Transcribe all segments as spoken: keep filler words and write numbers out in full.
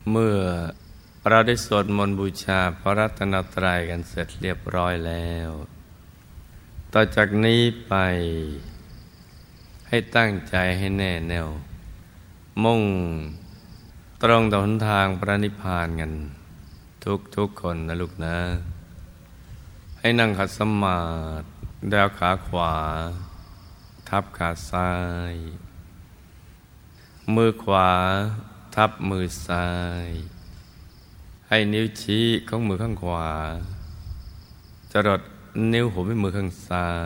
เมื่อเราได้สวดมนต์บูชาพระรัตนตรัยกันเสร็จเรียบร้อยแล้วต่อจากนี้ไปให้ตั้งใจให้แน่แน่วมุ่งตรงต่อหนทางพระนิพพานกันทุกทุกคนนะลูกนะให้นั่งขัดสมาธิดาวขาขวาทับขาซ้ายมือขวาทับมือซ้ายให้นิ้วชี้ของมือข้างขวาจรดนิ้วหัวแม่มือข้างซ้า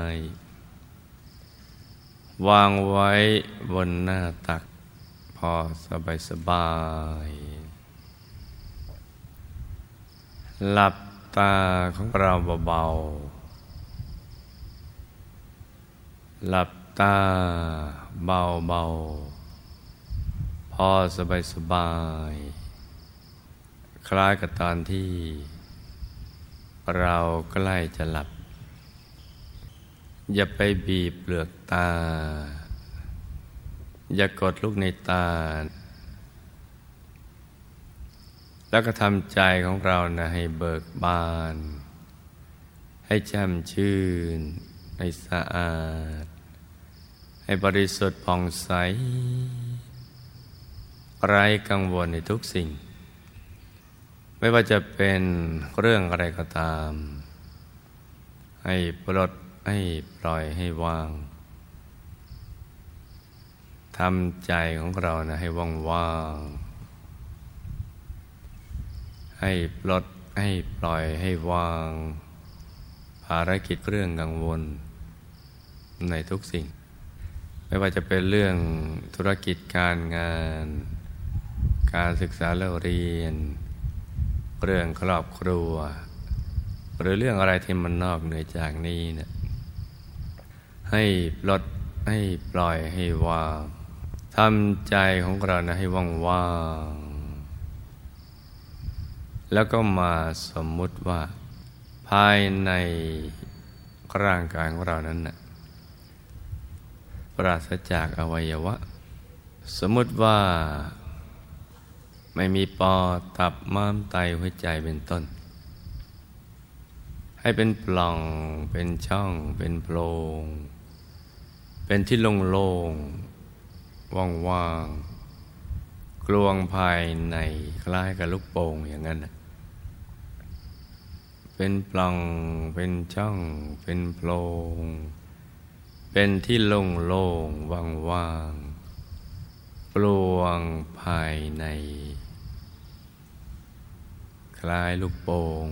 ยวางไว้บนหน้าตักพอสบายสบายหลับตาของเราเบาๆหลับตาเบาๆพอสบายสบายคล้ายกับตอนที่เราใกล้จะหลับอย่าไปบีบเปลือกตาอย่ากดลูกในตาแล้วก็ทำใจของเรานะให้เบิกบานให้แจ่มชื่นให้สะอาดให้บริสุทธิ์ผ่องใสไร้กังวลในทุกสิ่งไม่ว่าจะเป็นเรื่องอะไรก็ตามให้ปลดให้ปล่อยให้วางทำใจของเรานะให้ว่างๆให้ปลดให้ปล่อยให้วางภารกิจเรื่องกังวลในทุกสิ่งไม่ว่าจะเป็นเรื่องธุรกิจการงานการศึกษาเล่าเรียนเรื่องครอบครัวหรือเรื่องอะไรที่มันนอกเหนือจากนี้เนี่ยให้ปลดให้ปล่อยให้วางทำใจของเรานะให้ว่างๆแล้วก็มาสมมุติว่าภายในร่างกายของเรานั้นน่ะปราศจากอวัยวะสมมุติว่าไม่มีปอดตับม้ามไตหัวใจเป็นต้นให้เป็นปล่องเป็นช่องเป็นโพรงเป็นที่โล่งๆว่างๆกลวงภายในคล้ายกับลูกโป่งอย่างนั้นนะเป็นปล่องเป็นช่องเป็นโพรงเป็นที่โล่งๆว่างๆกลวงภายในคล้ายลูกโป่ง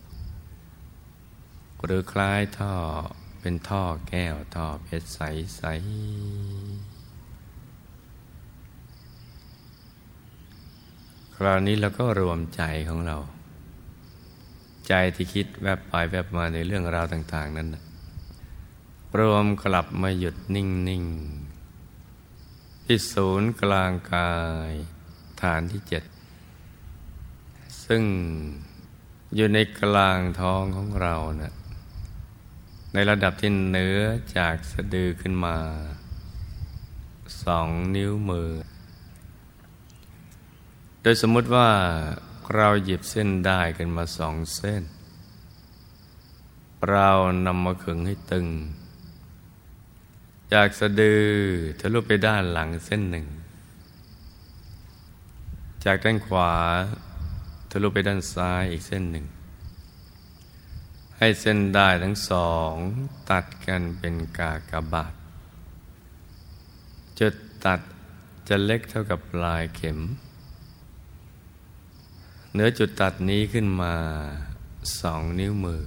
หรือคล้ายท่อเป็นท่อแก้วท่อเพชรใสๆคราวนี้เราก็รวมใจของเราใจที่คิดแวบไปแวบมาในเรื่องราวต่างๆนั้นนะรวมกลับมาหยุดนิ่งๆที่ศูนย์กลางกายฐานที่เจ็ดซึ่งอยู่ในกลางท้องของเรานะในระดับที่เหนือจากสะดือขึ้นมาสองนิ้วมือโดยสมมุติว่าเราหยิบเส้นได้ายกันมาสองเส้นเรานำมาขึงให้ตึงจากสะดือทะลุไปด้านหลังเส้นหนึ่งจากด้านขวาทะลุไปด้านซ้ายอีกเส้นหนึ่งให้เส้นได้ายทั้งสองตัดกันเป็นกากบาทจุดตัดจะเล็กเท่ากับปลายเข็มเหนือจุดตัดนี้ขึ้นมาสองนิ้วมือ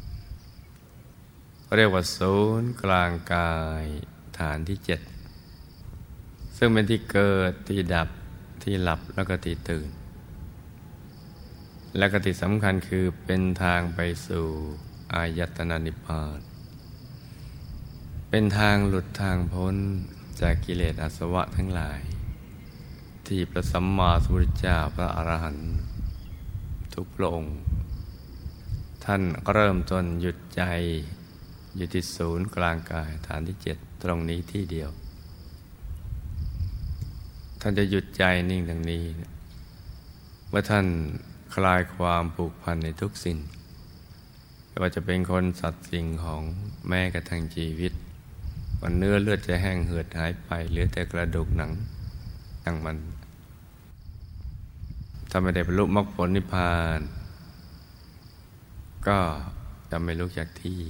เรียกว่าศูนย์กลางกายฐานที่เจ็ดซึ่งเป็นที่เกิดที่ดับที่หลับแล้วก็ที่ตื่นและก็ที่สำคัญคือเป็นทางไปสู่อายตนะนิพพานเป็นทางหลุดทางพ้นจากกิเลสอาสวะทั้งหลายที่พระสัมมาสัมพุทธเจ้าพระอรหันต์ทุกพระองค์ท่านเริ่มต้นหยุดใจอยู่ที่ศูนย์กลางกายฐานที่เจ็ดตรงนี้ที่เดียว ท่านจะหยุดใจนิ่งดังนี้เมื่อท่านคลายความผูกพันในทุกสิ่งไม่ว่าจะเป็นคนสัตว์สิ่งของแม้กระทั่งชีวิตวันเนื้อเลือดจะแห้งเหือดหายไปเหลือแต่กระดูกหนังทั้งมันถ้าไม่ได้บรรลุมรรคผลนิพพานก็จะไม่ลุกจากที่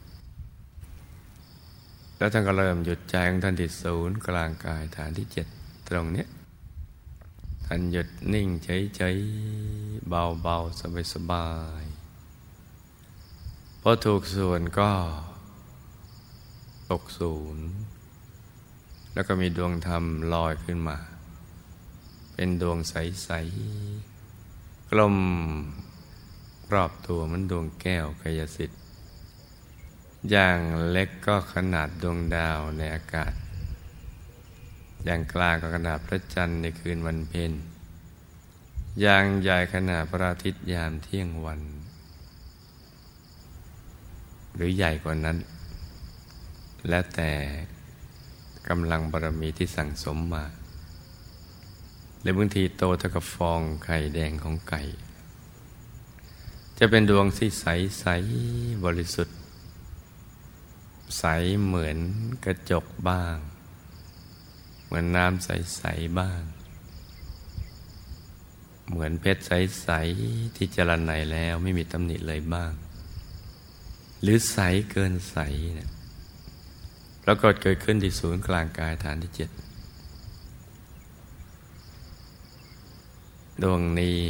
แล้วท่านก็เริ่มหยุดใจของท่านที่ศูนย์กลางกายฐานที่เจ็ดตรงนี้ท่านหยุดนิ่งเฉยๆเบาๆสบายๆพอถูกส่วนก็ตกศูนย์แล้วก็มีดวงธรรมลอยขึ้นมาเป็นดวงใสๆกลมรอบตัวเหมือนดวงแก้วกายสิทธิ์อย่างเล็กก็ขนาดดวงดาวในอากาศอย่างกลางก็ขนาดพระจันทร์ในคืนวันเพ็ญอย่างใหญ่ขนาดพระอาทิตย์ยามเที่ยงวันหรือใหญ่กว่านั้นและแต่กำลังบารมีที่สั่งสมมาหรือบางทีโตเท่ากับฟองไข่แดงของไก่จะเป็นดวงที่ใสๆบริสุทธิ์ใสเหมือนกระจกบ้างเหมือนน้ำใสๆบ้างเหมือนเพชรใสๆที่จรไนแล้วไม่มีตำหนิเลยบ้างหรือใสเกินใสเนี่ยแล้วก็เกิดขึ้นที่ศูนย์กลางกายฐานที่เจ็ดดวงนี้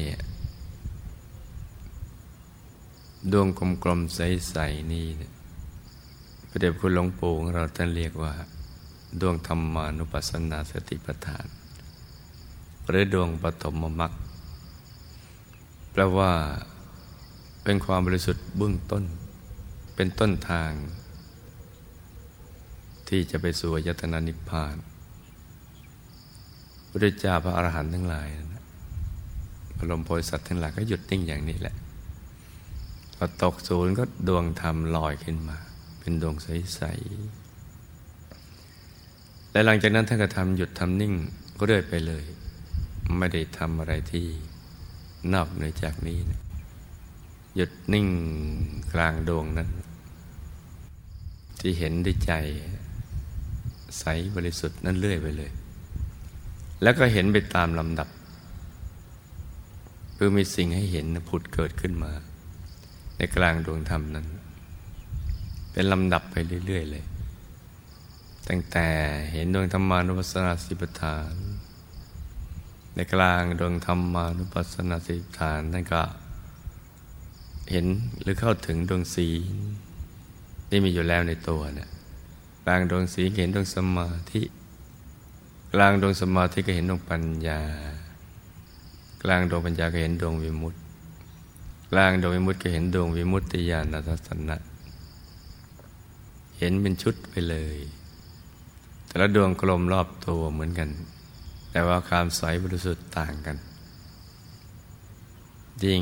ดวงกลมๆใสๆนี่เนี่ยพระเดชคุณหลวงปู่ของเราท่านเรียกว่าดวงธรรมานุปัสสนาสติปัฏฐานหรือดวงปฐมมรรคแปลว่าเป็นความบริสุทธิ์เบื้องต้นเป็นต้นทางที่จะไปสู่อายตนะนิพพานพระพุทธเจ้าพระอรหันต์ทั้งหลายนะพระลมโพธิสัตว์ทั้งหลายก็หยุดนิ่งอย่างนี้แหละพอตกศูนย์ก็ดวงธรรมลอยขึ้นมาเป็นดวงใสๆและหลังจากนั้นท่านก็ทำหยุดทำนิ่งก็เรื่อยไปเลยไม่ได้ทำอะไรที่นอกเหนือจากนี้นะหยุดนิ่งกลางดวงนั้นที่เห็นด้วยใจใสบริสุทธิ์นั่นเรื่อยไปเลยแล้วก็เห็นไปตามลำดับคือมีสิ่งให้เห็นผุดเกิดขึ้นมาในกลางดวงธรรมนั้นเป็นลำดับไปเรื่อยๆเลยตั้งแต่เห็นดวงธรรมานุปัสสนาสติปัฏฐานในกลางดวงธรรมานุปัสสนาสติปัฏฐานนั่นก็เห็นหรือเข้าถึงดวงศีลที่มีอยู่แล้วในตัวเนี่ยกลางดวงศีลเห็นดวงสมาธิกลางดวงสมาธิก็เห็นดวงปัญญากลางดวงปัญญาก็เห็นดวงวิมุตติกลางดวงวิมุตติก็เห็นดวงวิมุตติญาณทัศนะเห็นเป็นชุดไปเลยแต่ละดวงกลมรอบตัวเหมือนกันแต่ว่าความใสบริสุทธิ์ต่างกันยิ่ง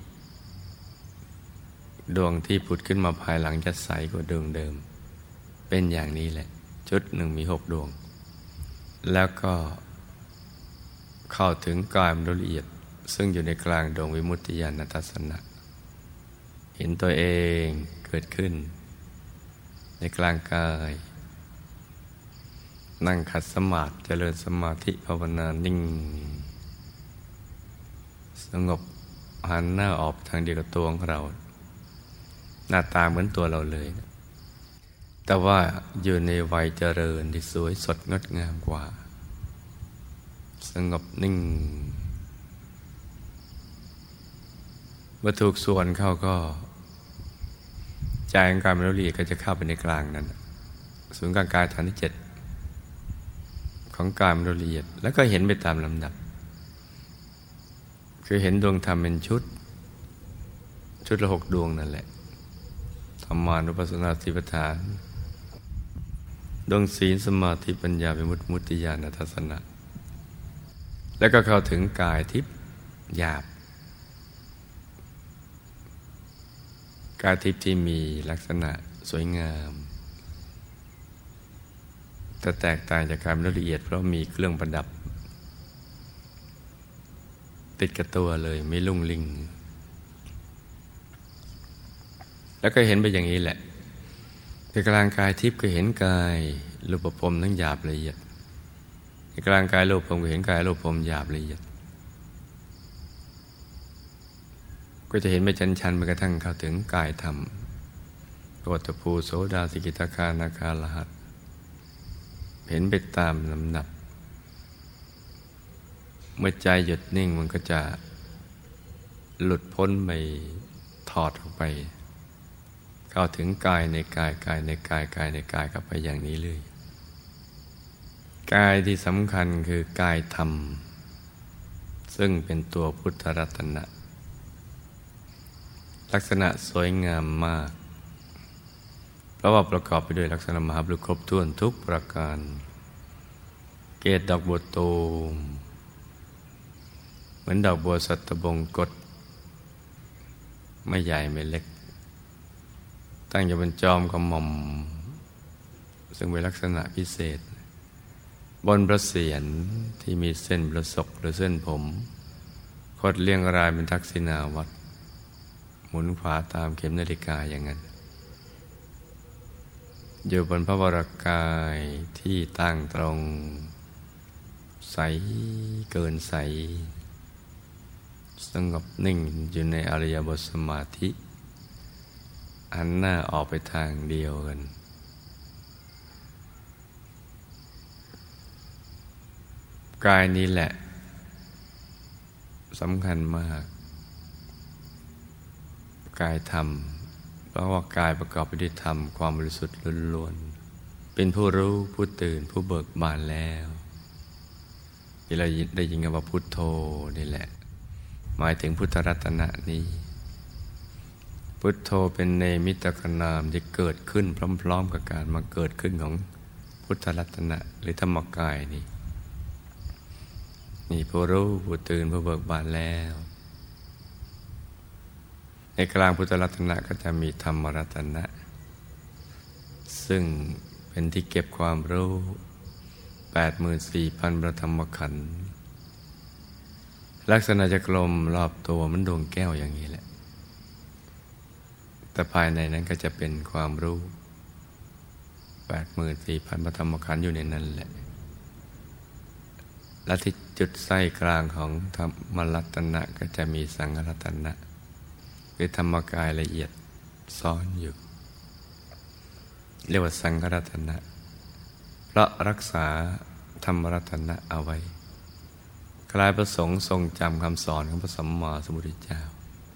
ดวงที่ผุดขึ้นมาภายหลังจะใสกว่าดวงเดิมเป็นอย่างนี้แหละชุดหนึ่งมีหกดวงแล้วก็เข้าถึงกายละเอียดซึ่งอยู่ในกลางดวงวิมุตติญาณทัศนะเห็นตัวเองเกิดขึ้นในกลางกายนั่งขัดสมาธิเจริญสมาธิภาวนานิ่งสงบหันหน้าออกทางเดียวกับตัวของเราหน้าตาเหมือนตัวเราเลยแต่ว่าอยู่ในวัยเจริญที่สวยสดงดงามกว่าสงบนิ่งเมื่อถูกส่วนเข้าก็ใจของการละเอียดก็จะเข้าไปในกลางนั้นศูนย์กลางกายฐานที่เจ็ดของกายละเอียดแล้วก็เห็นไปตามลำดับคือเห็นดวงธรรมเป็นชุดชุดละหกดวงนั่นแหละธรรมานุปัสสนาสติปัฏฐานดวงศีลสมาธิปัญญาวิมุตติมุตติญาณทัศนะแล้วก็เข้าถึงกายทิพย์หยาบกายทิพย์ที่มีลักษณะสวยงามแต่แตกต่างจากกายละเอียดเพราะมีเครื่องประดับติดกับตัวเลยไม่ลุ่งลิ่งแล้วก็เห็นไปอย่างนี้แหละในกลางกายทิพย์ก็เห็นกายรูปพรหมทั้งหยาบละเอียดในกลางกายรูปพรหมก็เห็นกายรูปพรหมหยาบละเอียดก็จะเห็นไปชันๆไปกระทั่งเข้าถึงกายธรรมโสตภูโสดาสกิทาคานาคาอรหัตเห็นไปตามลำดับเมื่อใจหยุดนิ่งมันก็จะหลุดพ้นไปถอดออกไปเข้าถึงกายในกายกายในกายกายในกายกลับไปอย่างนี้เลยกายที่สำคัญคือกายธรรมซึ่งเป็นตัวพุทธรัตนะลักษณะสวยงามมากเพราะว่าประกอบไปด้วยลักษณะมหาบุรุษครบถ้วนทุกประการเกศดอกบัวตูมเหมือนดอกบัวสัตบงกฎไม่ใหญ่ไม่เล็กตั้งอยู่บนจอมกระหม่อมซึ่งเป็นลักษณะพิเศษบนพระเศียรที่มีเส้นประศกหรือเส้นผมคดเรียงรายเป็นทักษิณาวัตรหมุนขวาตามเข็มนาฬิกาอย่างนั้นอยู่บนพระวรกายที่ตั้งตรงใสเกินใสสงบนิ่งอยู่ในอริยบทสมาธิหันหน้าออกไปทางเดียวกันกายนี้แหละสำคัญมากกายธรรมเพราะว่ากายประกอบไปด้วยธรรมความบริสุทธิ์ล้วนๆเป็นผู้รู้ผู้ตื่นผู้เบิกบานแล้วที่เราได้ยินคำว่าพุทโธนี่แหละหมายถึงพุทธรัตนะนี้พุทโธเป็นเนมิตกนามที่เกิดขึ้นพร้อมๆกับการมาเกิดขึ้นของพุทธรัตนะหรือธรรมกายนี่นี่ผู้รู้ผู้ตื่นผู้เบิกบานแล้วในกลางพุทธรัตนะก็จะมีธรรมรัตนะซึ่งเป็นที่เก็บความรู้ แปดหมื่นสี่พัน พระธรรมขันธ์ลักษณะจะกลมรอบตัวเหมือนดวงแก้วอย่างนี้แหละแต่ภายในนั้นก็จะเป็นความรู้ แปดหมื่นสี่พัน พระธรรมขันธ์อยู่ในนั้นแหละและที่จุดไส้กลางของธรรมรัตนะก็จะมีสังฆรัตนะคือธรรมกายละเอียดซ้อนอยู่เรียกว่าสังฆรัตนะเพราะรักษาธรรมรัตนะเอาไว้คล้ายพระสงฆ์ทรงจำคำสอนของพระสัมมาสัมพุทธเจ้า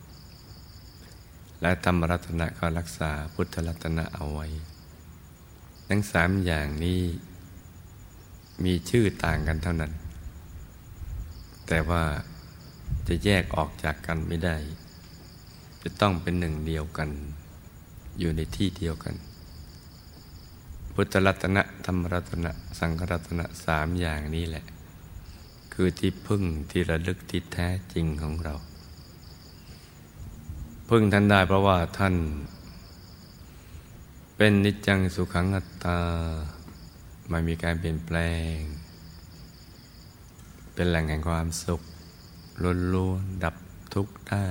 และธรรมรัตนะก็รักษาพุทธรัตนะเอาไว้ทั้งสามอย่างนี้มีชื่อต่างกันเท่านั้นแต่ว่าจะแยกออกจากกันไม่ได้จะต้องเป็นหนึ่งเดียวกันอยู่ในที่เดียวกันพุทธรัตนะธรรมรัตนะสังฆรัตนะสามอย่างนี้แหละคือที่พึ่งที่ระลึกที่แท้จริงของเราพึ่งท่านได้เพราะว่าท่านเป็นนิจจังสุขังอัตตาไม่มีการเปลี่ยนแปลงเป็นแหล่งแห่งความสุขล้วนๆดับทุกข์ได้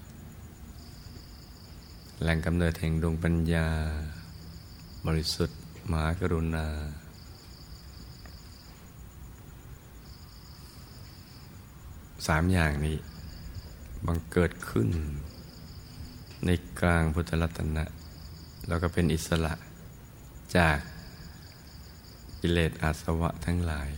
แหล่งกำเนิดแห่งดวงปัญญาบริสุทธิ์มหากรุณาสามอย่างนี้บังเกิดขึ้นในกลางพุทธรัตนะแล้วก็เป็นอิสระจากกิเลสอาสวะทั้งหลาย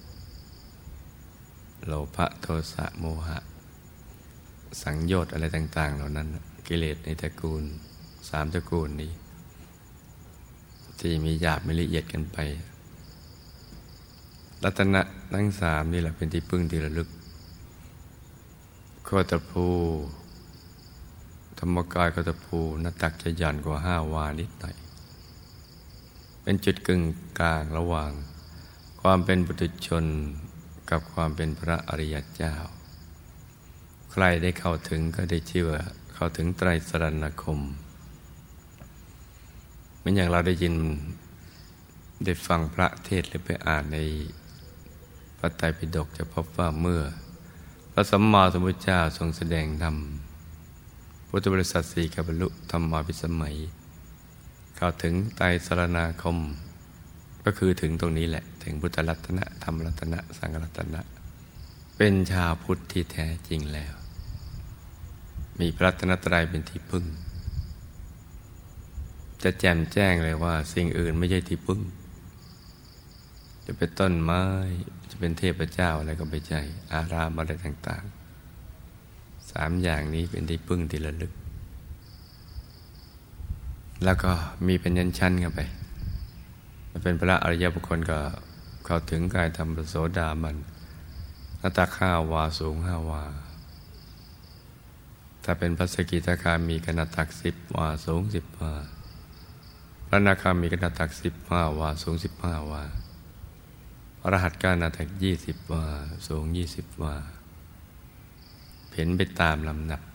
โลภะโทสะโมหะสังโยชน์อะไรต่างๆเหล่านั้นกิเลสในตระกูลสามตระกูลนี้ที่มีหยาบมีละเอียดกันไปรัตนะทั้งสามนี่แหละเป็นที่พึ่งที่ระลึกโคตภูธรรมกายโคตภูหน้าตักจะหย่อนกว่าห้าวานิดหน่อยเป็นจุดกึ่งกลางระหว่างความเป็นปุถุชนกับความเป็นพระอริยเจ้าใครได้เข้าถึงก็ได้ชื่อว่าเข้าถึงไตรสรณคมเหมือนอย่างเราได้ยินได้ฟังพระเทศน์หรือไปอ่านในพระไตรปิฎกจะพบว่าเมื่อพระสัมมาสัมพุทธเจ้าทรงแสดงธรรมพุทธบริษัทสี่กับบรรลุธรรมาภิสมัยเข้าถึงไตรสรณคมก็คือถึงตรงนี้แหละถึงพุทธรัตนะธรรมรัตนะสังฆรัตนะเป็นชาวพุทธที่แท้จริงแล้วมีพระรัตนตรัยเป็นที่พึ่งจะแจ่มแจ้งเลยว่าสิ่งอื่นไม่ใช่ที่พึ่งจะเป็นต้นไม้จะเป็นเทพเจ้าอะไรก็ไม่ใช่อารามอะไรต่างๆสามอย่างนี้เป็นที่พึ่งที่ระลึกแล้วก็มีเป็นยันชั้นกันไปถ้าเป็นพระอริยบุคคลก็เข้าถึงกายธรรมโสดาบันหน้าตักห้าวาสูงห้าวาถ้าเป็นพระสกิทาคามีขนาดตักสิบวาสูงสิบวาพระอนาคามีขนาดตักสิบห้าวาสูงสิบห้าวาพระอรหันต์ก็ขนาดตักยี่สิบวาสูงยี่สิบวาเห็นไปตามลำดับ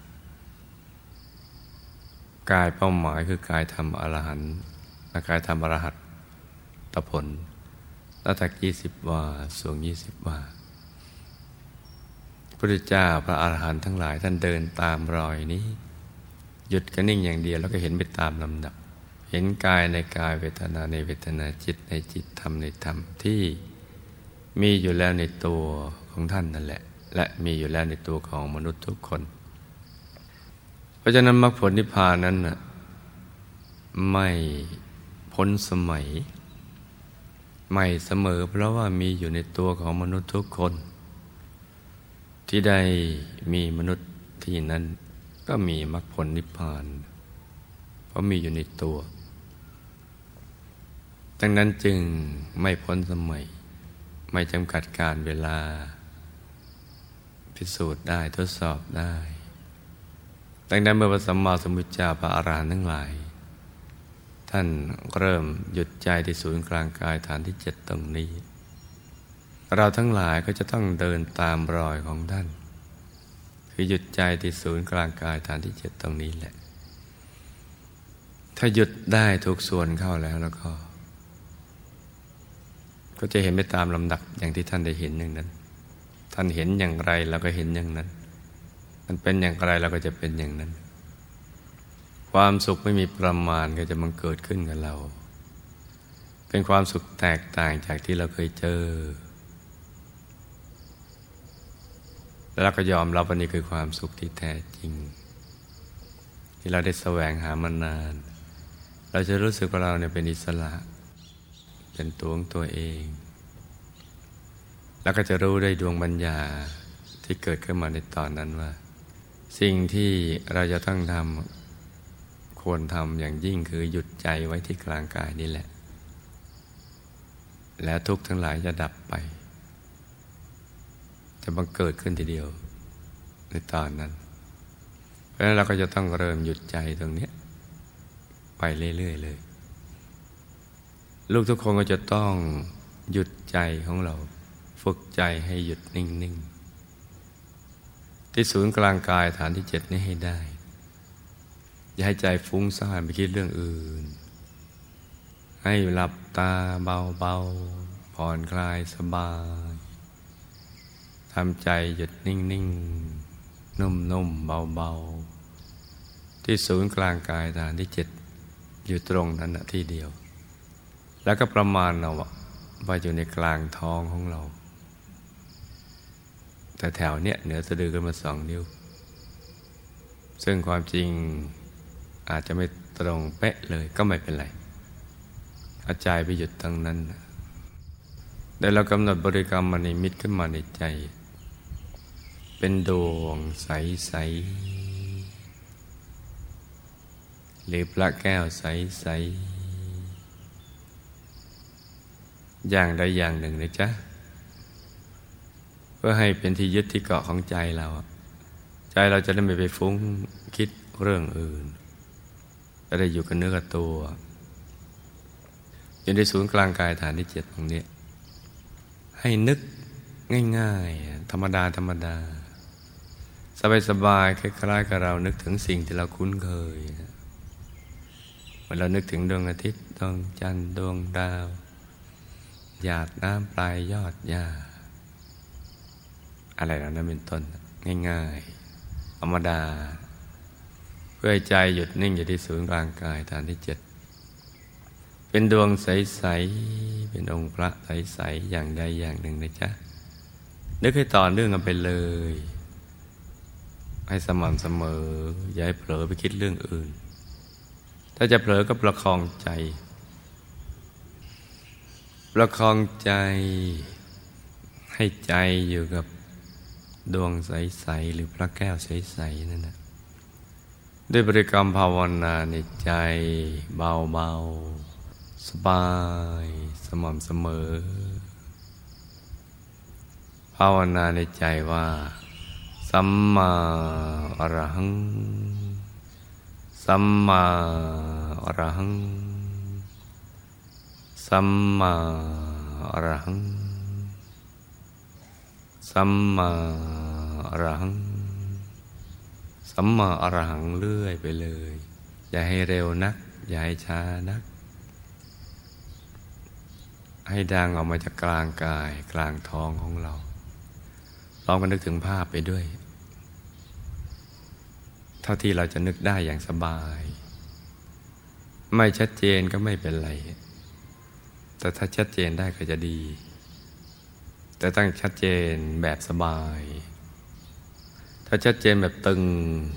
กายเป้าหมายคือกายธรรมอรหันต์และกายธรรมอรหัตตผลหน้าตักยี่สิบวาสูงยี่สิบวาพระพุทธเจ้าพระอรหันต์ทั้งหลายท่านเดินตามรอยนี้หยุดกันนิ่งอย่างเดียวแล้วก็เห็นไปตามลำดับเห็นกายในกายเวทนาในเวทนาจิตในจิตธรรมในธรรมที่มีอยู่แล้วในตัวของท่านนั่นแหละและมีอยู่แล้วในตัวของมนุษย์ทุกคนเพราะฉะนั้นมรรคผลนิพพานนั้นน่ะไม่พ้นสมัยไม่เสมอเพราะว่ามีอยู่ในตัวของมนุษย์ทุกคนที่ได้มีมนุษย์ที่นั้นก็มีมรรคผลนิพพานเพราะมีอยู่ในตัวดังนั้นจึงไม่พ้นสมัยไม่จำกัดการเวลาพิสูจน์ได้ทดสอบได้ดังนั้นเมื่อพระสัมมาสัมพุทธเจ้าพระอรหันต์ทั้งหลายท่านเริ่มหยุดใจที่ศูนย์กลางกายฐานที่เจ็ดตรงนี้เราทั้งหลายก็จะต้องเดินตามรอยของท่านคือหยุดใจที่ศูนย์กลางกายฐานที่เจ็ดตรงนี้แหละถ้าหยุดได้ทุกส่วนเข้าแล้วแล้วก็ก็จะเห็นไปตามลำดับอย่างที่ท่านได้เห็นอย่างนั้นท่านเห็นอย่างไรเราก็เห็นอย่างนั้นมันเป็นอย่างไรเราก็จะเป็นอย่างนั้นความสุขไม่มีประมาณก็จะมันเกิดขึ้นกับเราเป็นความสุขแตกต่างจากที่เราเคยเจอแล้วเราก็ยอมรับว่านี่คือความสุขที่แท้จริงที่เราได้แสวงหามานานเราจะรู้สึกว่าเราเนี่ยเป็นอิสระเป็นตัวของตัวเองแล้วก็จะรู้ได้ดวงปัญญาที่เกิดขึ้นมาในตอนนั้นว่าสิ่งที่เราจะต้องทำควรทำอย่างยิ่งคือหยุดใจไว้ที่กลางกายนี่แหละแล้วทุกข์ทั้งหลายจะดับไปจะบังเกิดขึ้นทีเดียวในตอนนั้นเพราะฉะนั้นเราก็จะต้องเริ่มหยุดใจตรงนี้ไปเรื่อยๆเลยลูกทุกคนก็จะต้องหยุดใจของเราฝึกใจให้หยุดนิ่งๆที่ศูนย์กลางกายฐานที่เจ็ดนี้ให้ได้อย่าให้ใจฟุ้งซ่านไปคิดเรื่องอื่นให้หลับตาเบาๆผ่อนคลายสบายทำใจหยุดนิ่งๆนุ่มๆเบาๆที่ศูนย์กลางกายฐานที่เจ็ดอยู่ตรงนั้นนะที่เดียวแล้วก็ประมาณเอาว่าอยู่ในกลางท้องของเราแต่แถวเนี้ยเหนือสะดือขึ้นมาสองนิ้วซึ่งความจริงอาจจะไม่ตรงเป๊ะเลยก็ไม่เป็นไรเอาใจไปหยุดตรงนั้นแต่เรากำหนดบริกรรมมานิมิตขึ้นมาในใจเป็นดวงใสๆหรือพระแก้วใสๆอย่างใดอย่างหนึ่งนะจ๊ะเพื่อให้เป็นที่ยึดที่เกาะของใจเราใจเราจะได้ไม่ไปฟุ้งคิดเรื่องอื่นจะได้อยู่กับเนื้อกับตัวอยู่ในศูนย์กลางกายฐานที่เจ็ดตรงนี้ให้นึกง่ายๆธรรมดาธรรมดาสบายๆคล้ายๆกับเรานึกถึงสิ่งที่เราคุ้นเคยเมื่อเรานึกถึงดวงอาทิตย์ดวงจันทร์ดวงดาวหยาดน้ำปลายยอดหญ้าอะไรเหล่านั้นเป็นต้นง่ายๆธรรมดาเพื่อให้ใจหยุดนิ่งอยู่ที่ศูนย์กลางกายฐานที่เจ็ดเป็นดวงใสๆเป็นองค์พระใสๆอย่างใดอย่างหนึ่งนะจ๊ะนึกให้ต่อเนื่องกันไปเลยให้สม่ำเสมออย่าให้เผลอไปคิดเรื่องอื่นถ้าจะเผลอก็ประคองใจประคองใจให้ใจอยู่กับดวงใสๆหรือพระแก้วใสๆนั่นนะด้วยบริกรรมภาวนาในใจเบาๆสบายสม่ำเสมอภาวนาในใจว่าสัมมาอรหังสัมมาอรหังสัมมาอรหังสัมมาอรหังสัมมาอรหังเรื่อยไปเลยอย่าให้เร็วนักอย่าให้ช้านักให้ดังออกมาจากกลางกายกลางท้องของเราลองกันนึกถึงภาพไปด้วยเท่าที่เราจะนึกได้อย่างสบายไม่ชัดเจนก็ไม่เป็นไรแต่ถ้าชัดเจนได้ก็จะดีแต่ต้องชัดเจนแบบสบายถ้าชัดเจนแบบตึง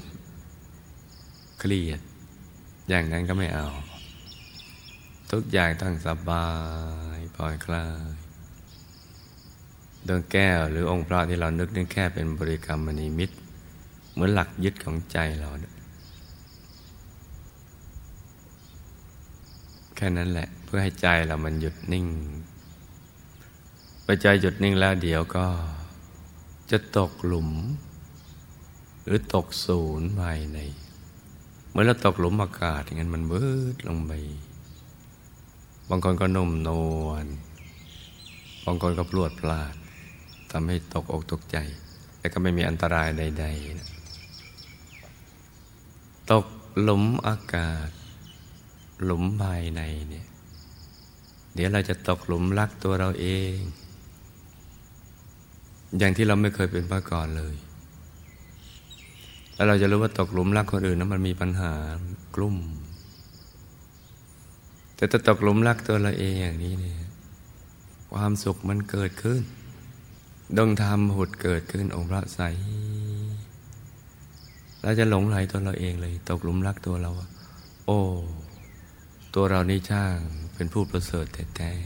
เครียดอย่างนั้นก็ไม่เอาทุกอย่างต้องสบายปล่อยคลายดวงแก้วหรือองค์พระที่เรานึกนี่แค่เป็นบริกรรมนิมิตเหมือนหลักยึดของใจเราแค่นั้นแหละเพื่อให้ใจเรามันหยุดนิ่งพอใจหยุดนิ่งแล้วเดี๋ยวก็จะตกหลุมหรือตกศูนย์ภายในเหมือนเราตกหลุมอากาศอย่างนั้นมันมืดลงไปบางคนก็นุ่มนวลบางคนก็พรวดพลาดทำให้ตกอกตกใจแต่ก็ไม่มีอันตรายใดๆนะตกหลุมอากาศหลุมภายในเนี่ยเดี๋ยวเราจะตกหลุมรักตัวเราเองอย่างที่เราไม่เคยเป็นมาก่อนเลยแล้วเราจะรู้ว่าตกหลุมรักคนอื่นนั้นมันมีปัญหากลุ่มแต่ถ้าตกหลุมรักตัวเราเองอย่างนี้เนี่ยความสุขมันเกิดขึ้นดวงธรรมหุดเกิดขึ้นองค์พระใสเราจะหลงไหลตัวเราเองเลยตกหลุมรักตัวเราโอ้ตัวเรานี่ช่างเป็นผู้ประเสริฐแท้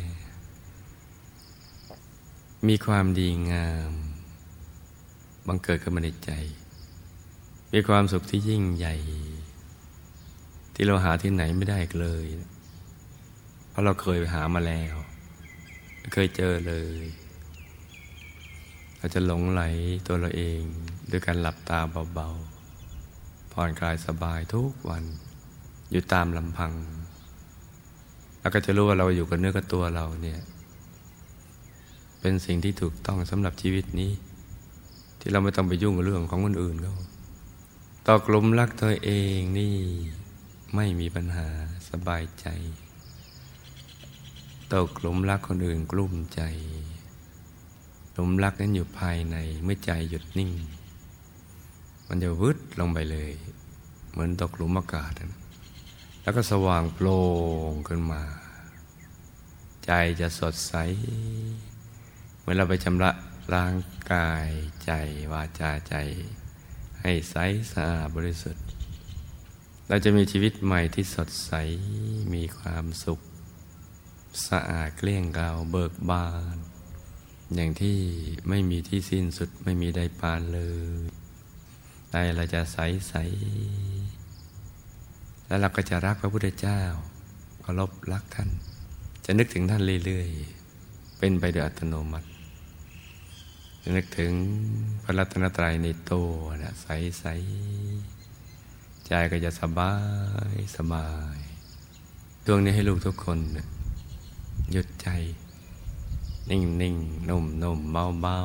ๆมีความดีงามบังเกิดขึ้นมาในใจมีความสุขที่ยิ่งใหญ่ที่เราหาที่ไหนไม่ได้เลยเพราะเราเคยไปหามาแล้วเคยเจอเลยเราจะหลงไหลตัวเราเองด้วยการหลับตาเบาๆผ่อนคลายสบายทุกวันอยู่ตามลำพังแล้วก็จะรู้ว่าเราอยู่กับเนื้อกับตัวเราเนี่ยเป็นสิ่งที่ถูกต้องสำหรับชีวิตนี้ที่เราไม่ต้องไปยุ่งกับเรื่องของคนอื่นเขาตกหลุมรักตัวเองนี่ไม่มีปัญหาสบายใจตกหลุมรักคนอื่นกลุ้มใจหลุมรักนั้นอยู่ภายในเมื่อใจหยุดนิ่งมันจะวึดลงไปเลยเหมือนตกหลุมอากาศนะแล้วก็สว่างโปร่งขึ้นมาใจจะสดใสเมื่อเราไปชำระล้างกายใจวาจาใจให้ใสสะอาดบริสุทธิ์เราจะมีชีวิตใหม่ที่สดใสมีความสุขสะอาดเกลี้ยงเกลาเบิกบานอย่างที่ไม่มีที่สิ้นสุดไม่มีใดปานเลยใจเราจะใสใสแล้วเราก็จะรักพระพุทธเจ้าเคารพรักท่านจะนึกถึงท่านเรื่อยๆเป็นไปโดยอัตโนมัติจะนึกถึงพระรัตนตรัยในตัวนะใสๆใจก็จะสบายสบายดวงนี้ให้ลูกทุกคนนะหยุดใจนิ่งนิ่งนุ่มนุ่มเบาเบา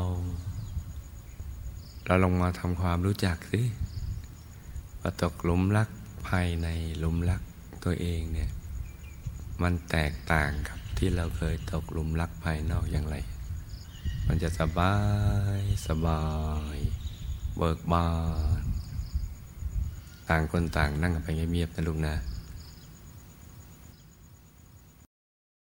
เราลงมาทำความรู้จักสิว่าตกหลุมรักภายในหลุมรักตัวเองเนี่ยมันแตกต่างกับที่เราเคยตกหลุมรักภายนอกอย่างไรมันจะสบายสบายเบิกบานต่างคนต่างนั่งกันไปเงียบๆนะลูกนะ